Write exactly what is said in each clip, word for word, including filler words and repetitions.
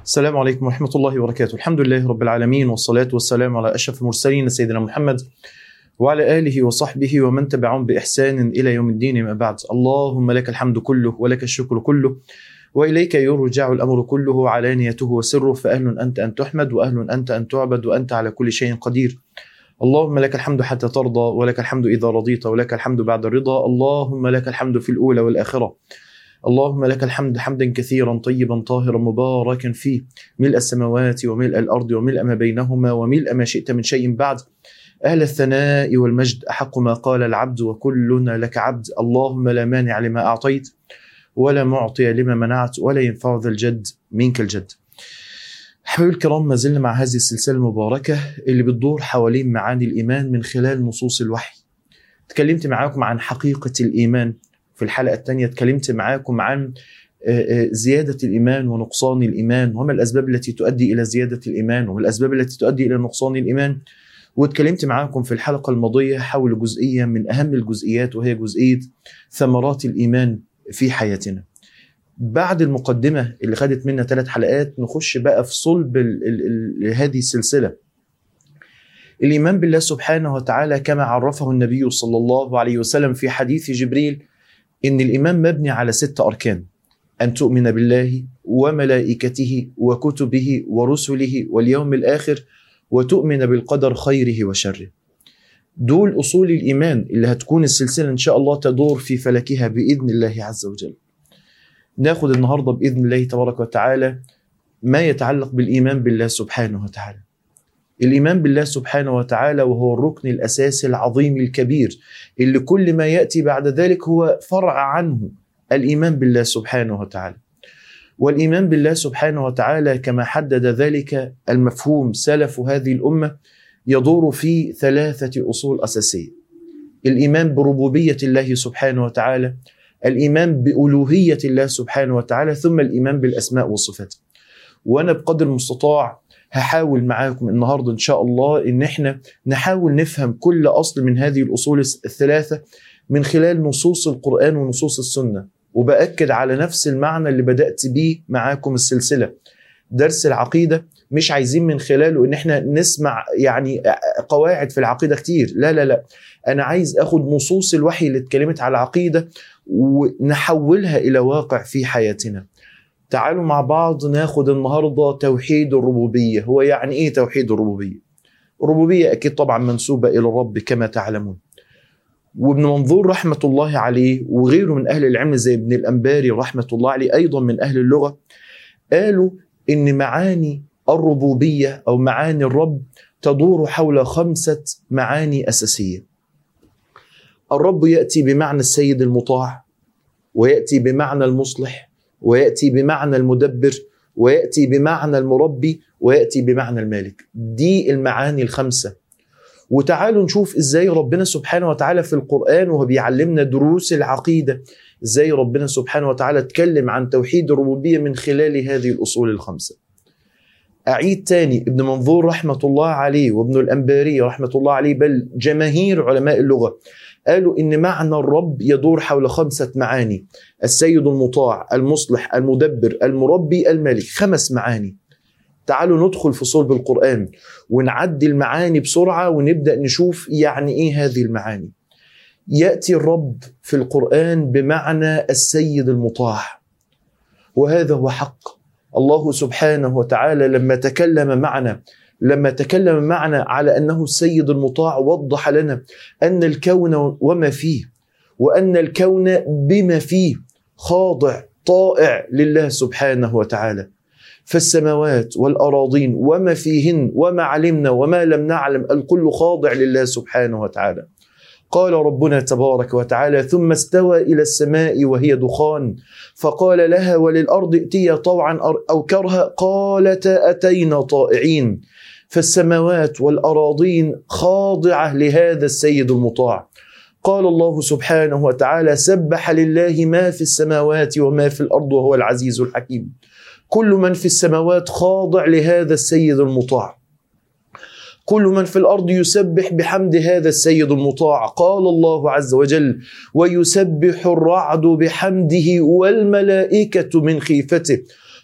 السلام عليكم ورحمة الله وبركاته. الحمد لله رب العالمين، والصلاة والسلام على أشرف المرسلين سيدنا محمد وعلى آله وصحبه ومن تبعهم بإحسان إلى يوم الدين. ما بعد، اللهم لك الحمد كله ولك الشكر كله وإليك يرجع الأمر كله علانيته وسره، فأهل أنت أن تحمد وأهل أنت أن تعبد وأنت على كل شيء قدير. اللهم لك الحمد حتى ترضى ولك الحمد إذا رضيت ولك الحمد بعد الرضا. اللهم لك الحمد في الأولى والآخرة. اللهم لك الحمد حمدا كثيرا طيبا طاهرا مباركا فيه، ملء السماوات وملء الأرض وملء ما بينهما وملء ما شئت من شيء بعد. أهل الثناء والمجد أحق ما قال العبد وكلنا لك عبد. اللهم لا مانع لما أعطيت ولا معطي لما منعت ولا ينفع ذا الجد منك الجد. حبايبي الكرام، ما زلنا مع هذه السلسلة المباركة اللي بتدور حوالين معاني الإيمان من خلال نصوص الوحي. تكلمت معاكم عن حقيقة الإيمان في الحلقة الثانية، تكلمت معاكم عن زيادة الإيمان ونقصان الإيمان، وما الأسباب التي تؤدي إلى زيادة الإيمان وما الأسباب التي تؤدي إلى نقصان الإيمان. واتكلمت معاكم في الحلقة الماضية حول جزئية من أهم الجزئيات، وهي جزئية ثمرات الإيمان في حياتنا. بعد المقدمة اللي خدت منا ثلاث حلقات، نخش بقى في صلب ال ال ال هذه السلسلة. الإيمان بالله سبحانه وتعالى كما عرفه النبي صلى الله عليه وسلم في حديث جبريل، إن الإيمان مبني على ست أركان: أن تؤمن بالله وملائكته وكتبه ورسله واليوم الآخر، وتؤمن بالقدر خيره وشره. دول أصول الإيمان اللي هتكون السلسلة إن شاء الله تدور في فلكها بإذن الله عز وجل. ناخد النهاردة بإذن الله تبارك وتعالى ما يتعلق بالإيمان بالله سبحانه وتعالى. الإيمان بالله سبحانه وتعالى وهو الركن الأساسي العظيم الكبير اللي كل ما يأتي بعد ذلك هو فرع عنه، الإيمان بالله سبحانه وتعالى. والإيمان بالله سبحانه وتعالى كما حدد ذلك المفهوم سلف هذه الأمة يدور في ثلاثة أصول أساسية: الإيمان بربوبية الله سبحانه وتعالى، الإيمان بألوهية الله سبحانه وتعالى، ثم الإيمان بالأسماء والصفات. وأنا بقدر المستطاع هحاول معاكم النهاردة إن شاء الله إن احنا نحاول نفهم كل أصل من هذه الأصول الثلاثة من خلال نصوص القرآن ونصوص السنة. وبأكد على نفس المعنى اللي بدأت بيه معاكم السلسلة. درس العقيدة مش عايزين من خلاله إن احنا نسمع يعني قواعد في العقيدة كتير، لا لا لا، أنا عايز أخد نصوص الوحي اللي اتكلمت على العقيدة ونحولها إلى واقع في حياتنا. تعالوا مع بعض ناخد النهاردة توحيد الربوبية. هو يعني إيه توحيد الربوبية؟ الربوبية أكيد طبعا منسوبة إلى الرب كما تعلمون. وابن منظور رحمة الله عليه وغيره من أهل العلم زي ابن الأنباري رحمة الله عليه أيضا من أهل اللغة قالوا إن معاني الربوبية أو معاني الرب تدور حول خمسة معاني أساسية. الرب يأتي بمعنى السيد المطاع، ويأتي بمعنى المصلح، ويأتي بمعنى المدبر، ويأتي بمعنى المربي، ويأتي بمعنى المالك. دي المعاني الخمسة. وتعالوا نشوف إزاي ربنا سبحانه وتعالى في القرآن وهو بيعلمنا دروس العقيدة، إزاي ربنا سبحانه وتعالى اتكلم عن توحيد الربوبية من خلال هذه الأصول الخمسة. أعيد تاني، ابن منظور رحمة الله عليه وابن الأنباري رحمة الله عليه بل جماهير علماء اللغة قالوا إن معنى الرب يدور حول خمسة معاني: السيد المطاع، المصلح، المدبر، المربي، المالك. خمس معاني. تعالوا ندخل في صلب القرآن ونعدي المعاني بسرعة ونبدأ نشوف يعني إيه هذه المعاني. يأتي الرب في القرآن بمعنى السيد المطاع، وهذا هو حق. الله سبحانه وتعالى لما تكلم معنا لما تكلم معنا على أنه السيد المطاع وضح لنا أن الكون وما فيه، وأن الكون بما فيه خاضع طائع لله سبحانه وتعالى. فالسماوات والأراضين وما فيهن وما علمنا وما لم نعلم الكل خاضع لله سبحانه وتعالى. قال ربنا تبارك وتعالى: ثم استوى إلى السماء وهي دخان فقال لها وللأرض ائتيا طوعا أو كرها قالتا أتينا طائعين. فالسماوات والأراضين خاضعة لهذا السيد المطاع. قال الله سبحانه وتعالى: سبح لله ما في السماوات وما في الأرض وهو العزيز الحكيم. كل من في السماوات خاضع لهذا السيد المطاع، كل من في الأرض يسبح بحمد هذا السيد المطاع. قال الله عز وجل: ويسبح الرعد بحمده والملائكة من خيفته.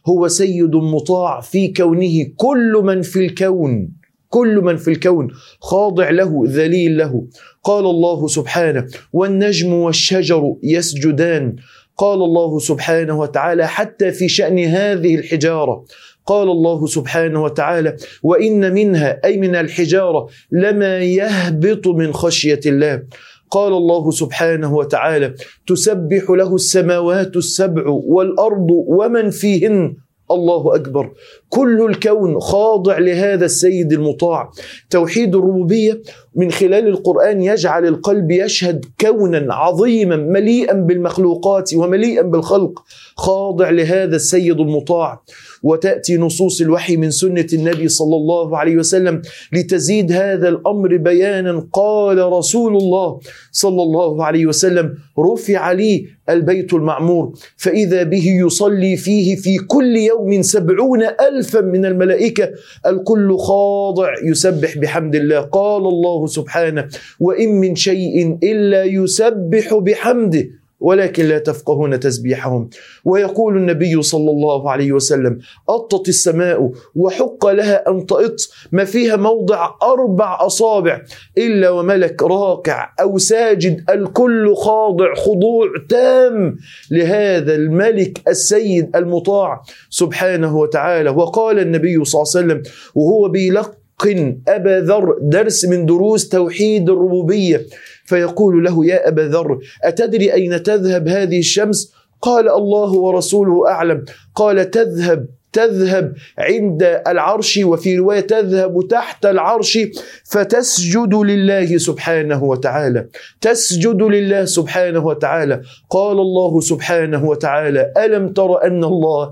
هو سيد مطاع في كونه، كل من في الكون كل من في الكون خاضع له ذليل له. قال الله سبحانه: والنجم والشجر يسجدان. قال الله سبحانه وتعالى حتى في شأن هذه الحجارة، قال الله سبحانه وتعالى: وإن منها أي من الحجارة لما يهبط من خشية الله. قال الله سبحانه وتعالى: تسبح له السماوات السبع والأرض ومن فيهن. الله أكبر. كل الكون خاضع لهذا السيد المطاع. توحيد الربوبية من خلال القرآن يجعل القلب يشهد كونا عظيما مليئا بالمخلوقات ومليئا بالخلق خاضع لهذا السيد المطاع. وتأتي نصوص الوحي من سنة النبي صلى الله عليه وسلم لتزيد هذا الأمر بيانا. قال رسول الله صلى الله عليه وسلم: رفع لي البيت المعمور فإذا به يصلي فيه في كل يوم سبعون ألفا من الملائكة، الكل خاضع يسبح بحمد الله. قال الله سبحانه: وإن من شيء إلا يسبح بحمده ولكن لا تفقهون تسبيحهم. ويقول النبي صلى الله عليه وسلم: أطت السماء وحق لها أن تأط ما فيها موضع أربع أصابع إلا وملك راكع أو ساجد، الكل خاضع خضوع تام لهذا الملك السيد المطاع سبحانه وتعالى. وقال النبي صلى الله عليه وسلم وهو بيلقن أبا ذر درس من دروس توحيد الربوبية، فيقول له: يا أبا ذر، أتدري أين تذهب هذه الشمس؟ قال: الله ورسوله أعلم. قال: تذهب تذهب عند العرش، وفي رواية تذهب تحت العرش فتسجد لله سبحانه وتعالى، تسجد لله سبحانه وتعالى. قال الله سبحانه وتعالى: ألم تر أن الله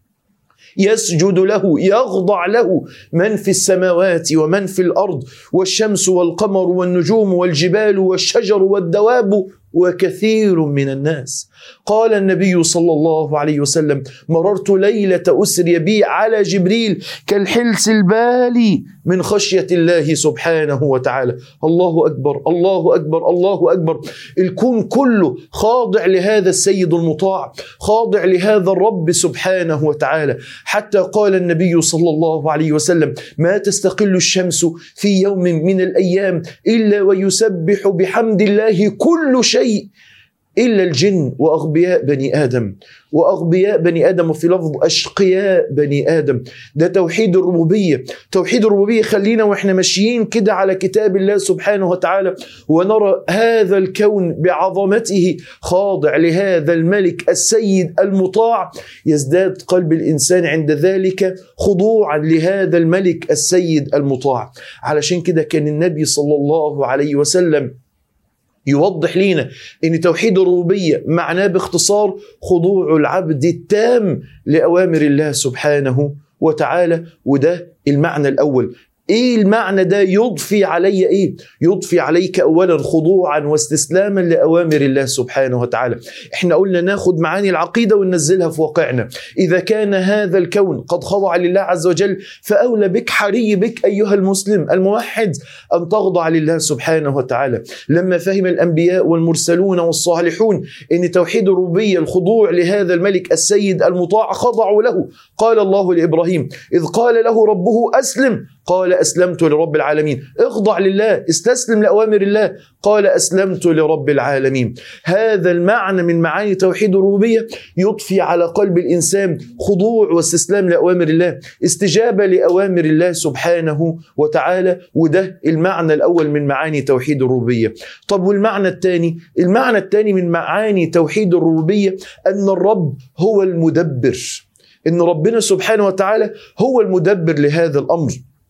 يسجد له يخضع له من في السماوات ومن في الأرض، والشمس والقمر والنجوم والجبال والشجر والدواب وكثير من الناس. قال النبي صلى الله عليه وسلم: مررت ليلة أسري بي على جبريل كالحلس البالي من خشية الله سبحانه وتعالى. الله أكبر الله أكبر الله أكبر. الكون كله خاضع لهذا السيد المطاع، خاضع لهذا الرب سبحانه وتعالى. حتى قال النبي صلى الله عليه وسلم: ما تستقل الشمس في يوم من الأيام إلا ويسبح بحمد الله كل شيء إلا الجن وأغبياء بني آدم. وأغبياء بني آدم وفي لفظ أشقياء بني آدم. ده توحيد الربوبية. توحيد الربوبية خلينا وإحنا ماشيين كده على كتاب الله سبحانه وتعالى ونرى هذا الكون بعظمته خاضع لهذا الملك السيد المطاع، يزداد قلب الإنسان عند ذلك خضوعا لهذا الملك السيد المطاع. علشان كده كان النبي صلى الله عليه وسلم يوضح لنا ان توحيد الربوبية معناه باختصار خضوع العبد التام لأوامر الله سبحانه وتعالى. وده المعنى الأول. ايه المعنى ده؟ يضفي علي ايه؟ يضفي عليك اولا خضوعا واستسلاما لاوامر الله سبحانه وتعالى. احنا قلنا ناخد معاني العقيده وننزلها في واقعنا. اذا كان هذا الكون قد خضع لله عز وجل فاولى بك، حري بك ايها المسلم الموحد ان تخضع لله سبحانه وتعالى. لما فهم الانبياء والمرسلون والصالحون ان توحيد الربوبيه الخضوع لهذا الملك السيد المطاع خضعوا له. قال الله لابراهيم اذ قال له ربه اسلم قال أسلمت لرب العالمين. اخضع لله، استسلم لأوامر الله، قال أسلمت لرب العالمين. هذا المعنى من معاني توحيد الربوبية يضفي على قلب الإنسان خضوع واستسلام لأوامر الله، استجابة لأوامر الله سبحانه وتعالى. وده المعنى الأول من معاني توحيد الربوبية. طب والمعنى الثاني؟ المعنى الثاني من معاني توحيد الربوبية أن الرب هو المدبر، إن ربنا سبحانه وتعالى هو المدبر لهذا الأمر.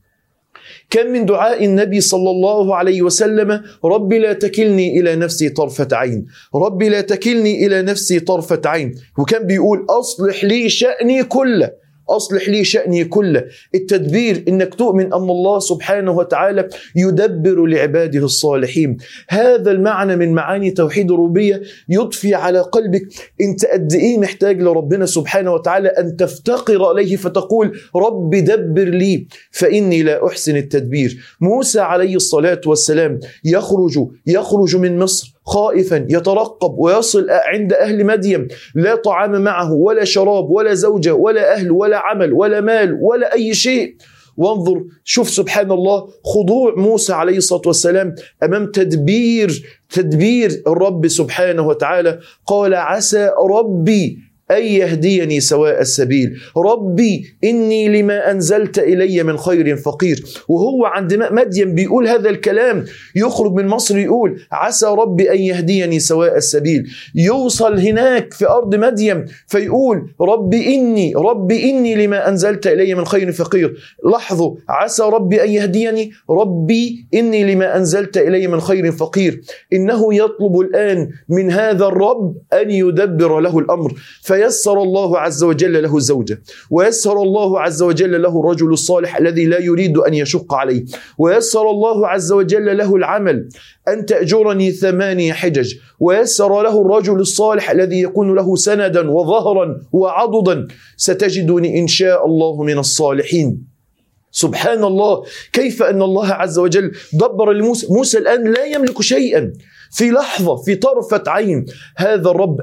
كان من دعاء النبي صلى الله عليه وسلم: ربي لا تكلني إلى نفسي طرفة عين، ربي لا تكلني إلى نفسي طرفة عين. وكان بيقول: أصلح لي شأني كله، أصلح لي شأني كله. التدبير إنك تؤمن أن الله سبحانه وتعالى يدبر لعباده الصالحين. هذا المعنى من معاني توحيد الربوبية يضفي على قلبك أنت قد إيه محتاج لربنا سبحانه وتعالى، أن تفتقر إليه فتقول: رب دبر لي فإني لا أحسن التدبير. موسى عليه الصلاة والسلام يخرج يخرج من مصر خائفا يترقب ويصل عند أهل مدين لا طعام معه ولا شراب ولا زوجة ولا أهل ولا عمل ولا مال ولا أي شيء. وانظر شوف سبحان الله خضوع موسى عليه الصلاة والسلام أمام تدبير تدبير الرب سبحانه وتعالى. قال عسى ربي أن يهديني سواء السبيل، ربي إني لما أنزلت إلي من خير فقير. وهو عند مدين بيقول هذا الكلام، يخرج من مصر يقول عسى ربي أن يهديني سواء السبيل، يوصل هناك في أرض مدين فيقول ربي إني ربي إني لما أنزلت إلي من خير فقير. لاحظوا عسى ربي أن يهديني، ربي إني لما أنزلت إلي من خير فقير. إنه يطلب الآن من هذا الرب أن يدبر له الأمر، فيسر الله عز وجل له الزوجة، ويسر الله عز وجل له الرجل الصالح الذي لا يريد أن يشق عليه، ويسر الله عز وجل له العمل أن تأجرني ثمانية حجج، ويسر له الرجل الصالح الذي يكون له سندا وظهرا وعضدا، ستجدني إن شاء الله من الصالحين. سبحان الله كيف أن الله عز وجل دبر لموسى. موسى الآن لا يملك شيئا، في لحظة في طرفة عين هذا الرب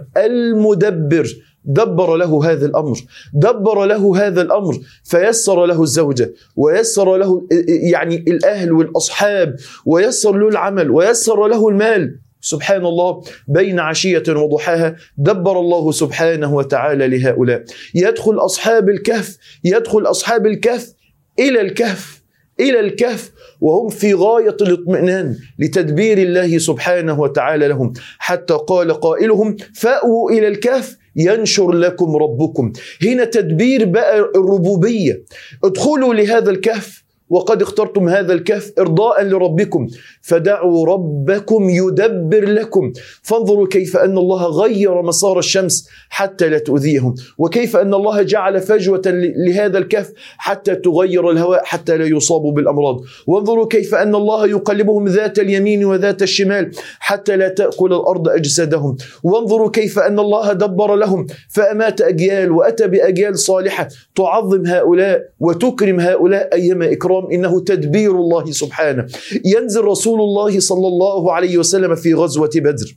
المدبر دبر له هذا الأمر، دبر له هذا الأمر فيسر له الزوجة، ويسر له يعني الأهل والأصحاب، ويسر له العمل، ويسر له المال. سبحان الله بين عشية وضحاها دبر الله سبحانه وتعالى لهؤلاء. يدخل أصحاب الكهف يدخل أصحاب الكهف إلى الكهف إلى الكهف وهم في غاية الاطمئنان لتدبير الله سبحانه وتعالى لهم، حتى قال قائلهم فأووا إلى الكهف ينشر لكم ربكم. هنا تدبير بقى الربوبية. ادخلوا لهذا الكهف وقد اخترتم هذا الكهف إرضاء لربكم، فدعوا ربكم يدبر لكم. فانظروا كيف أن الله غير مسار الشمس حتى لا تؤذيهم، وكيف أن الله جعل فجوة لهذا الكهف حتى تغير الهواء حتى لا يصابوا بالأمراض. وانظروا كيف أن الله يقلبهم ذات اليمين وذات الشمال حتى لا تأكل الأرض أجسادهم. وانظروا كيف أن الله دبر لهم فأمات أجيال وأتى بأجيال صالحة تعظم هؤلاء وتكرم هؤلاء أيما إكرام. إنه تدبير الله سبحانه. ينزل رسول الله صلى الله عليه وسلم في غزوة بدر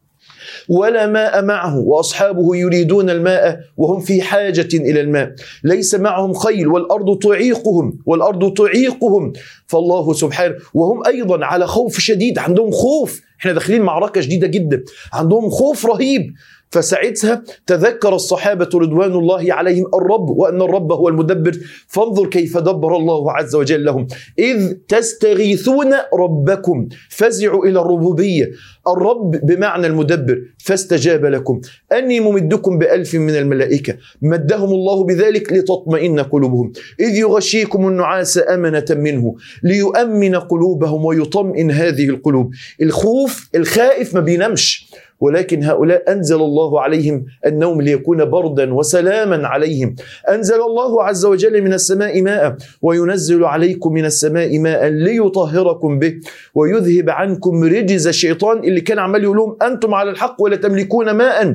ولا ماء معه، وأصحابه يريدون الماء وهم في حاجة إلى الماء، ليس معهم خيل والأرض تعيقهم والأرض تعيقهم فالله سبحانه، وهم أيضا على خوف شديد، عندهم خوف، احنا داخلين معركة شديدة جدا، عندهم خوف رهيب. فساعتها تذكر الصحابة رضوان الله عليهم الرب، وأن الرب هو المدبر. فانظر كيف دبر الله عز وجل لهم. إذ تستغيثون ربكم فزعوا إلى الربوبية، الرب بمعنى المدبر، فاستجاب لكم أني ممدكم بألف من الملائكة، مدهم الله بذلك لتطمئن قلوبهم، إذ يغشيكم النعاس أمنة منه ليؤمن قلوبهم ويطمئن هذه القلوب. الخوف الخائف ما بينامش، ولكن هؤلاء أنزل الله عليهم النوم ليكون بردا وسلاما عليهم. أنزل الله عز وجل من السماء ماء، وينزل عليكم من السماء ماء ليطهركم به ويذهب عنكم رجز الشيطان اللي كان عمال يقول لهم أنتم على الحق ولا تملكون ماء،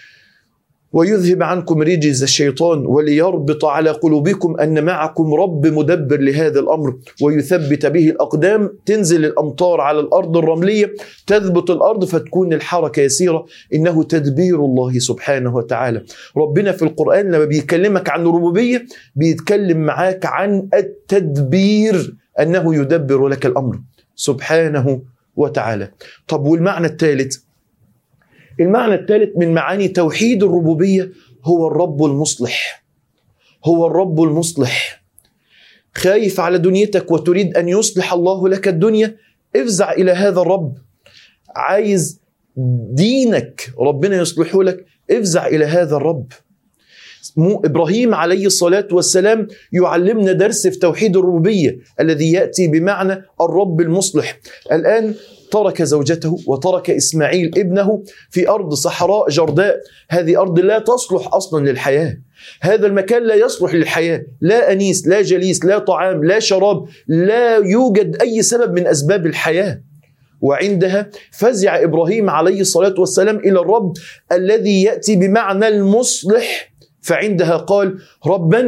ويذهب عنكم رجز الشيطان وليربط على قلوبكم أن معكم رب مدبر لهذا الأمر ويثبت به الأقدام. تنزل الأمطار على الأرض الرملية، تثبت الأرض فتكون الحركة يسيرة. إنه تدبير الله سبحانه وتعالى. ربنا في القرآن لما بيكلمك عن الربوبية بيتكلم معاك عن التدبير، أنه يدبر لك الأمر سبحانه وتعالى. طب والمعنى الثالث؟ المعنى الثالث من معاني توحيد الربوبية هو الرب المصلح. هو الرب المصلح. خايف على دنيتك وتريد أن يصلح الله لك الدنيا، افزع إلى هذا الرب. عايز دينك ربنا يصلحه لك، افزع إلى هذا الرب. إبراهيم عليه الصلاة والسلام يعلمنا درس في توحيد الربوبية الذي يأتي بمعنى الرب المصلح. الآن ترك زوجته وترك إسماعيل ابنه في أرض صحراء جرداء. هذه أرض لا تصلح أصلا للحياة، هذا المكان لا يصلح للحياة، لا أنيس لا جليس لا طعام لا شراب، لا يوجد أي سبب من أسباب الحياة. وعندها فزع إبراهيم عليه الصلاة والسلام إلى الرب الذي يأتي بمعنى المصلح، فعندها قال ربنا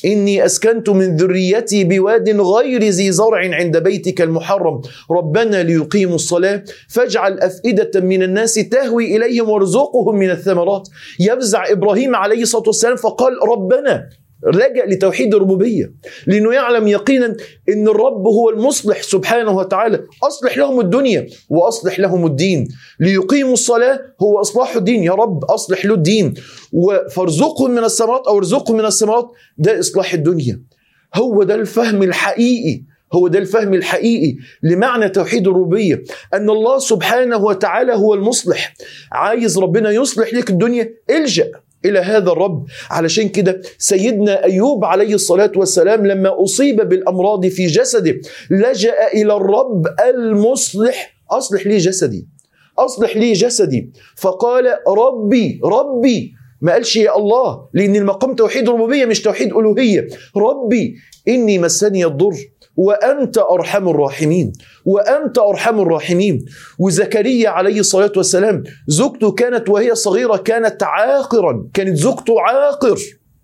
إني أسكنت من ذريتي بواد غير ذي زرع عند بيتك المحرم ربنا ليقيموا الصلاة فاجعل أفئدة من الناس تهوي إليهم وارزقهم من الثمرات. يفزع إبراهيم عليه الصلاة والسلام فقال ربنا، لجأ لتوحيد الربوبية لأنه يعلم يقينا أن الرب هو المصلح سبحانه وتعالى. أصلح لهم الدنيا وأصلح لهم الدين. ليقيموا الصلاة هو إصلاح الدين، يا رب أصلح له الدين، فارزقهم من الثمرات أو ارزقهم من الثمرات، ده إصلاح الدنيا. هو ده الفهم الحقيقي، هو ده الفهم الحقيقي لمعنى توحيد الربوبية، أن الله سبحانه وتعالى هو المصلح. عايز ربنا يصلح لك الدنيا، الجأ إلى هذا الرب. علشان كده سيدنا أيوب عليه الصلاة والسلام لما أصيب بالأمراض في جسده لجأ إلى الرب المصلح، أصلح لي جسدي، أصلح لي جسدي. فقال ربي ربي، ما قالش يا الله، لأن المقام توحيد ربوبية مش توحيد ألوهية. ربي إني مسني الضر وأنت أرحم الراحمين، وأنت أرحم الراحمين. وزكريا عليه الصلاة والسلام زوجته كانت وهي صغيرة كانت عاقرا، كانت زوجته عاقر،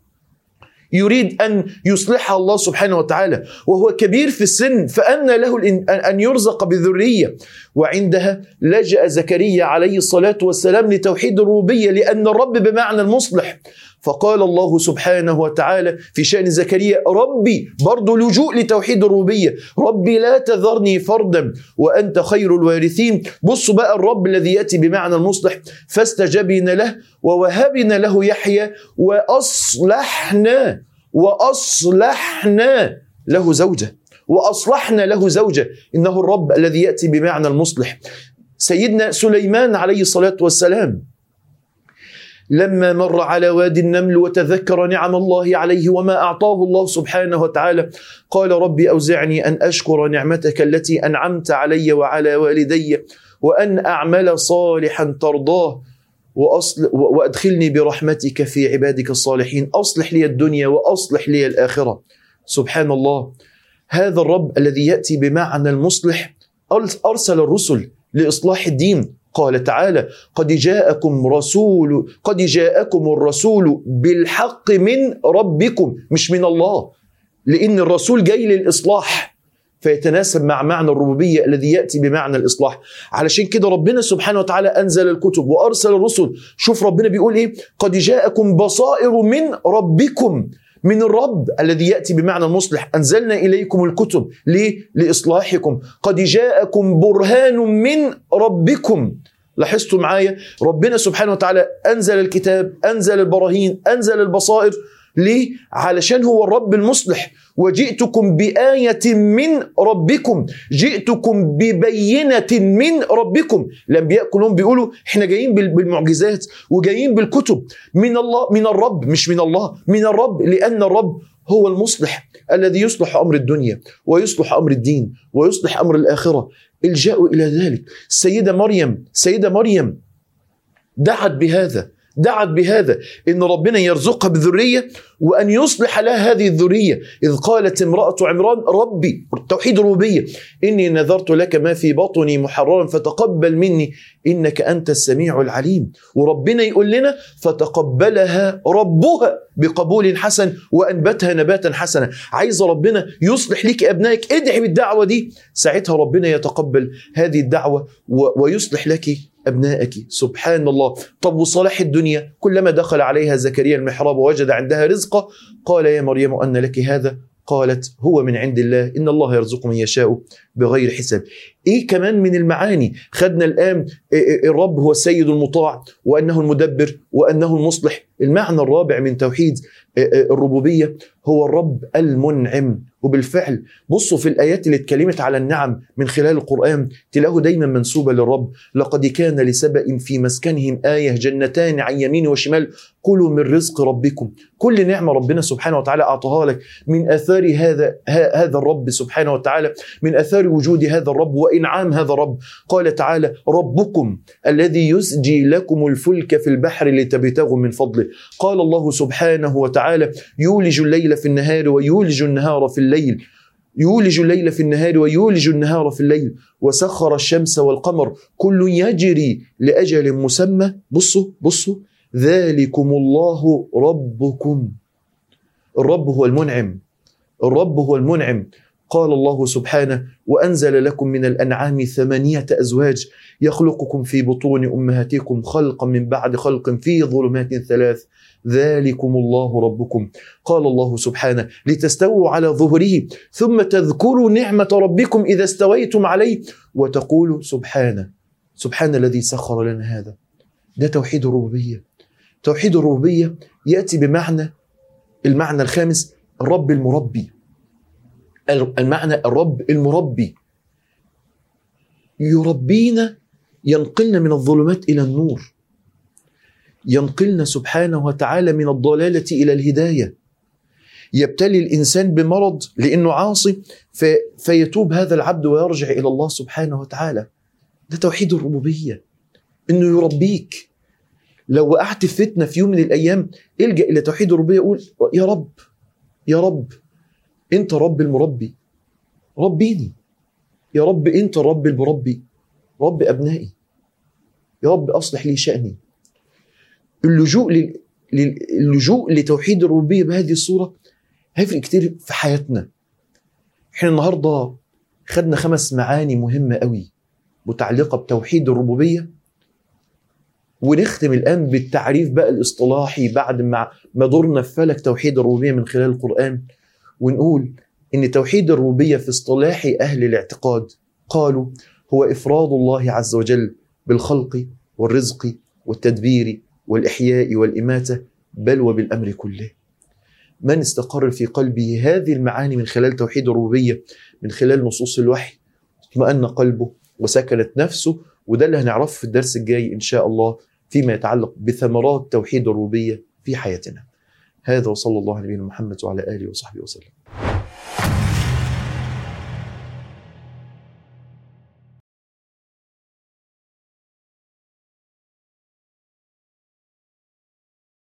يريد أن يصلحها الله سبحانه وتعالى وهو كبير في السن، فأن له أن يرزق بذرية. وعندها لجأ زكريا عليه الصلاة والسلام لتوحيد الربوبية، لأن الرب بمعنى المصلح. فقال الله سبحانه وتعالى في شأن زكريا ربي، برضو لجوء لتوحيد الربوبية، ربي لا تذرني فردا وأنت خير الوارثين. بصوا بقى الرب الذي يأتي بمعنى المصلح، فاستجبنا له ووهبنا له يحيى وأصلحنا وأصلحنا له زوجة وأصلحنا له زوجة. إنه الرب الذي يأتي بمعنى المصلح. سيدنا سليمان عليه الصلاة والسلام لما مر على وادي النمل وتذكر نعم الله عليه وما أعطاه الله سبحانه وتعالى قال ربي أوزعني أن أشكر نعمتك التي أنعمت علي وعلى والدي وأن أعمل صالحا ترضاه وأصل وأدخلني برحمتك في عبادك الصالحين. أصلح لي الدنيا وأصلح لي الآخرة. سبحان الله، هذا الرب الذي يأتي بمعنى المصلح أرسل الرسل لإصلاح الدين. قال تعالى قد جاءكم رسول قد جاءكم الرسول بالحق من ربكم، مش من الله، لأن الرسول جاي للإصلاح فيتناسب مع معنى الربوبية الذي يأتي بمعنى الإصلاح. علشان كده ربنا سبحانه وتعالى أنزل الكتب وأرسل الرسل. شوف ربنا بيقول إيه، قد جاءكم بصائر من ربكم، من الرب الذي يأتي بمعنى المصلح. أنزلنا إليكم الكتب ليه؟ لإصلاحكم. قد جاءكم برهان من ربكم. لاحظتوا معايا ربنا سبحانه وتعالى أنزل الكتاب، أنزل البراهين، أنزل البصائر. ليه؟ علشان هو الرب المصلح. وجئتكم بآية من ربكم، جئتكم ببينة من ربكم. الأنبياء كلهم بيقولوا احنا جايين بالمعجزات وجايين بالكتب من الله، من الرب، مش من الله، من الرب، لأن الرب هو المصلح الذي يصلح أمر الدنيا ويصلح أمر الدين ويصلح أمر الآخرة. الجاءوا إلى ذلك. السيدة مريم سيدة مريم دعت بهذا دعت بهذا إن ربنا يرزقها بذرية وأن يصلح لها هذه الذرية. إذ قالت امرأة عمران ربي، توحيد الربوبية، إني نذرت لك ما في بطني محررا فتقبل مني إنك أنت السميع العليم. وربنا يقول لنا فتقبلها ربها بقبول حسن وأنبتها نباتا حسنا. عايز ربنا يصلح لك أبنائك، ادعي بالدعوة دي، ساعتها ربنا يتقبل هذه الدعوة ويصلح لك أبنائك. سبحان الله. طب وصلاح الدنيا، كلما دخل عليها زكريا المحراب ووجد عندها رزقا قال يا مريم أن لك هذا؟ قالت هو من عند الله إن الله يرزق من يشاء بغير حساب. إيه كمان من المعاني؟ خدنا الآن الرب هو السيد المطاع وأنه المدبر وأنه المصلح. المعنى الرابع من توحيد الربوبية هو الرب المنعم. وبالفعل بصوا في الآيات اللي اتكلمت على النعم من خلال القرآن تلاقوا دايما منسوبة للرب. لقد كان لسبأ في مسكنهم آية جنتان عن يمين وشمال كلوا من رزق ربكم. كل نعمة ربنا سبحانه وتعالى أعطاها لك من أثار هذا هذا الرب سبحانه وتعالى، من أثار وجود هذا الرب وإنعام هذا الرب. قال تعالى ربكم الذي يسجي لكم الفلك في البحر لتبتغوا من فضله. قال الله سبحانه وتعالى يولج الليل في النهار ويولج النهار في الليل يولج الليل في النهار ويولج النهار في الليل وسخر الشمس والقمر كل يجري لأجل مسمى. بصوا بصوا ذلكم الله ربكم الرب هو المنعم، الرب هو المنعم. قال الله سبحانه: وأنزل لكم من الأنعام ثمانية أزواج يخلقكم في بطون أمهاتكم خلقا من بعد خلق في ظلمات ثلاث ذلكم الله ربكم. قال الله سبحانه: لتستووا على ظهره ثم تذكروا نعمة ربكم إذا استويتم عليه وتقولوا سبحانه سبحان الذي سخر لنا هذا. ده توحيد الربوبية. توحيد الربوبية يأتي بمعنى المعنى الخامس: الرب المربي. المعنى الرب المربي يربينا، ينقلنا من الظلمات إلى النور، ينقلنا سبحانه وتعالى من الضلالة إلى الهداية. يبتلي الإنسان بمرض لأنه عاصي في فيتوب هذا العبد ويرجع إلى الله سبحانه وتعالى. ده توحيد الربوبية، إنه يربيك. لو وقعت في فتنة في يوم من الأيام الجأ إلى توحيد الربوبية، قول: يا رب يا رب أنت رب المربي، ربيني يا رب، أنت الرب المربي، رب أبنائي، يا رب أصلح لي شأني. اللجوء لل... اللجوء لتوحيد الربوبية بهذه الصورة هيفرق كتير في حياتنا. احنا النهاردة خدنا خمس معاني مهمة قوي متعلقة بتوحيد الربوبية، ونختم الآن بالتعريف بقى الاصطلاحي بعد ما ما دورنا في فلك توحيد الربوبية من خلال القرآن. ونقول إن توحيد الربوبية في اصطلاح أهل الاعتقاد قالوا هو إفراد الله عز وجل بالخلق والرزق والتدبير والإحياء والإماتة، بل وبالأمر كله. من استقر في قلبه هذه المعاني من خلال توحيد الربوبية من خلال نصوص الوحي اطمأن قلبه وسكنت نفسه. وده اللي هنعرفه في الدرس الجاي إن شاء الله فيما يتعلق بثمرات توحيد الربوبية في حياتنا. هذا وصلى الله على نبينا محمد وعلى آله وصحبه وسلم.